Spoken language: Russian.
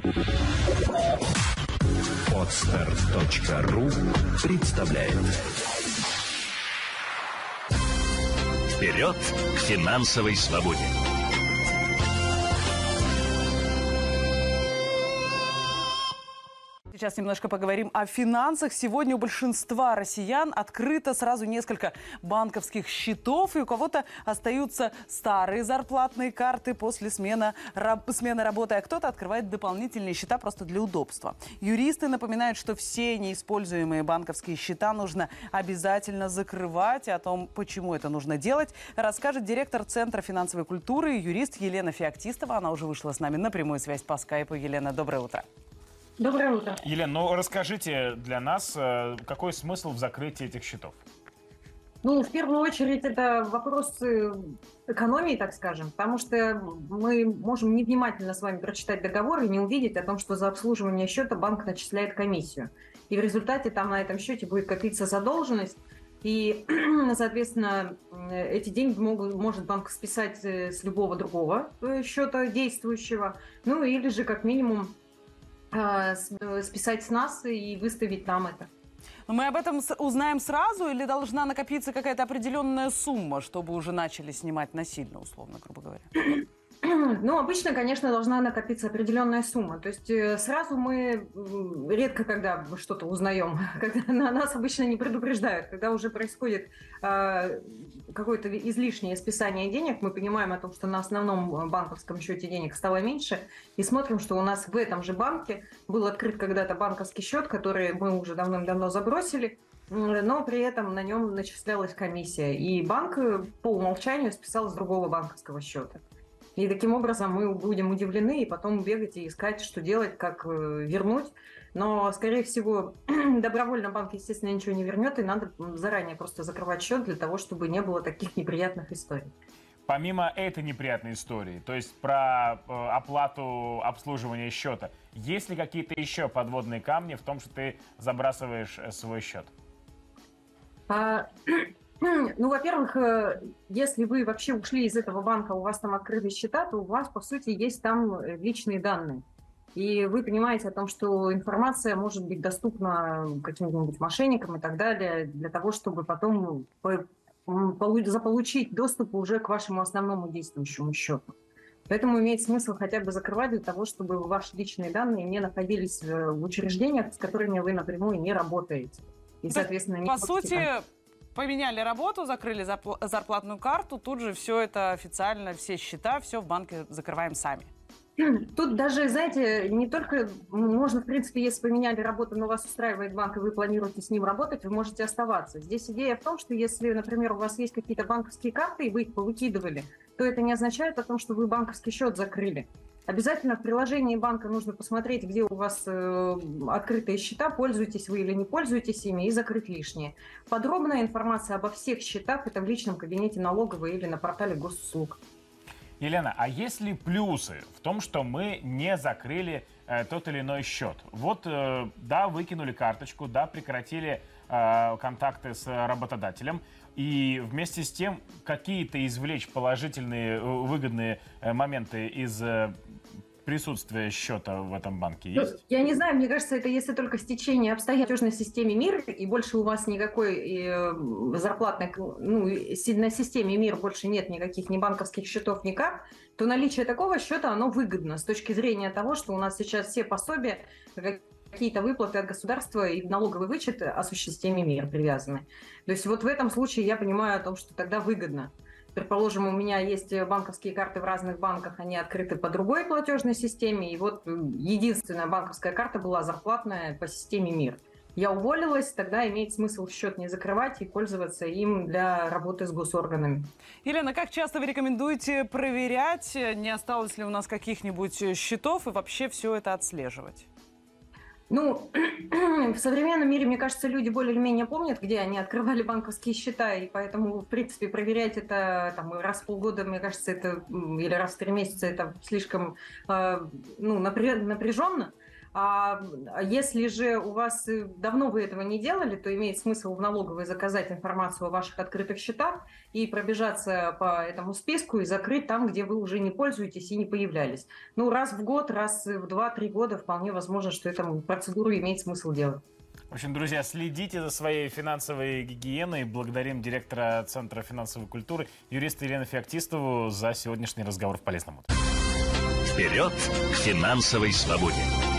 Podster.ru представляет. Вперед к финансовой свободе! Сейчас немножко поговорим о финансах. Сегодня у большинства россиян открыто сразу несколько банковских счетов, и у кого-то остаются старые зарплатные карты после смены работы, а кто-то открывает дополнительные счета просто для удобства. Юристы напоминают, что все неиспользуемые банковские счета нужно обязательно закрывать. О том, почему это нужно делать, расскажет директор Центра финансовой культуры, юрист Елена Феоктистова. Она уже вышла с нами на прямую связь по скайпу. Елена, доброе утро. Доброе утро. Елена, расскажите для нас, какой смысл в закрытии этих счетов? В первую очередь, это вопрос экономии, так скажем, потому что мы можем невнимательно с вами прочитать договор и не увидеть о том, что за обслуживание счета банк начисляет комиссию. И в результате там на этом счете будет копиться задолженность, и, соответственно, эти деньги может банк списать с любого другого счета действующего, или же, как минимум, списать с нас и выставить нам это. Мы об этом узнаем сразу или должна накопиться какая-то определенная сумма, чтобы уже начали снимать насильно, условно, грубо говоря? Обычно, конечно, должна накопиться определенная сумма. То есть сразу мы редко когда что-то узнаем, когда нас обычно не предупреждают. Когда уже происходит какое-то излишнее списание денег, мы понимаем о том, что на основном банковском счете денег стало меньше, и смотрим, что у нас в этом же банке был открыт когда-то банковский счет, который мы уже давным-давно забросили, но при этом на нем начислялась комиссия. И банк по умолчанию списал с другого банковского счета. И таким образом мы будем удивлены и потом бегать и искать, что делать, как вернуть. Но, скорее всего, добровольно банк, естественно, ничего не вернет, и надо заранее просто закрывать счет для того, чтобы не было таких неприятных историй. Помимо этой неприятной истории, то есть про оплату обслуживания счета, есть ли какие-то еще подводные камни в том, что ты забрасываешь свой счет? Во-первых, если вы вообще ушли из этого банка, у вас там открыты счета, то у вас, по сути, есть там личные данные. И вы понимаете о том, что информация может быть доступна каким-нибудь мошенникам и так далее, для того, чтобы потом заполучить доступ уже к вашему основному действующему счету. Поэтому имеет смысл хотя бы закрывать для того, чтобы ваши личные данные не находились в учреждениях, с которыми вы напрямую не работаете. И, соответственно, по сути, поменяли работу, закрыли зарплатную карту, тут же все это официально, все счета, все в банке закрываем сами. Тут даже, знаете, не только можно, в принципе, если поменяли работу, но вас устраивает банк, и вы планируете с ним работать, вы можете оставаться. Здесь идея в том, что если, например, у вас есть какие-то банковские карты, и вы их повыкидывали, то это не означает о том, что вы банковский счет закрыли. Обязательно в приложении банка нужно посмотреть, где у вас открытые счета, пользуетесь вы или не пользуетесь ими, и закрыть лишнее. Подробная информация обо всех счетах – это в личном кабинете налоговой или на портале госуслуг. Елена, а есть ли плюсы в том, что мы не закрыли тот или иной счет? Да, выкинули карточку, да, прекратили контакты с работодателем, и вместе с тем какие-то извлечь положительные, выгодные моменты из присутствия счета в этом банке есть? Я не знаю, мне кажется, это если только стечение обстоятельств в системе МИР, и больше у вас никакой зарплатной, на системе МИР больше нет никаких ни банковских счетов, никак, то наличие такого счета, оно выгодно с точки зрения того, что у нас сейчас все пособия, какие-то выплаты от государства и налоговый вычет о системе МИР привязаны. То есть в этом случае я понимаю о том, что тогда выгодно. Предположим, у меня есть банковские карты в разных банках, они открыты по другой платежной системе, и единственная банковская карта была зарплатная по системе МИР. Я уволилась, тогда имеет смысл счет не закрывать и пользоваться им для работы с госорганами. Елена, как часто вы рекомендуете проверять, не осталось ли у нас каких-нибудь счетов, и вообще все это отслеживать? В современном мире, мне кажется, люди более-менее помнят, где они открывали банковские счета, и поэтому, в принципе, проверять это раз в полгода, мне кажется, или раз в 3 месяца, это слишком напряженно. А если же у вас давно вы этого не делали, то имеет смысл в налоговой заказать информацию о ваших открытых счетах и пробежаться по этому списку и закрыть там, где вы уже не пользуетесь и не появлялись. Ну, раз в год, раз в 2-3 года вполне возможно, что эту процедуру имеет смысл делать. В общем, друзья, следите за своей финансовой гигиеной. Благодарим директора Центра финансовой культуры, юриста Елену Феоктистову за сегодняшний разговор в «Полезном утре». Вперед к финансовой свободе!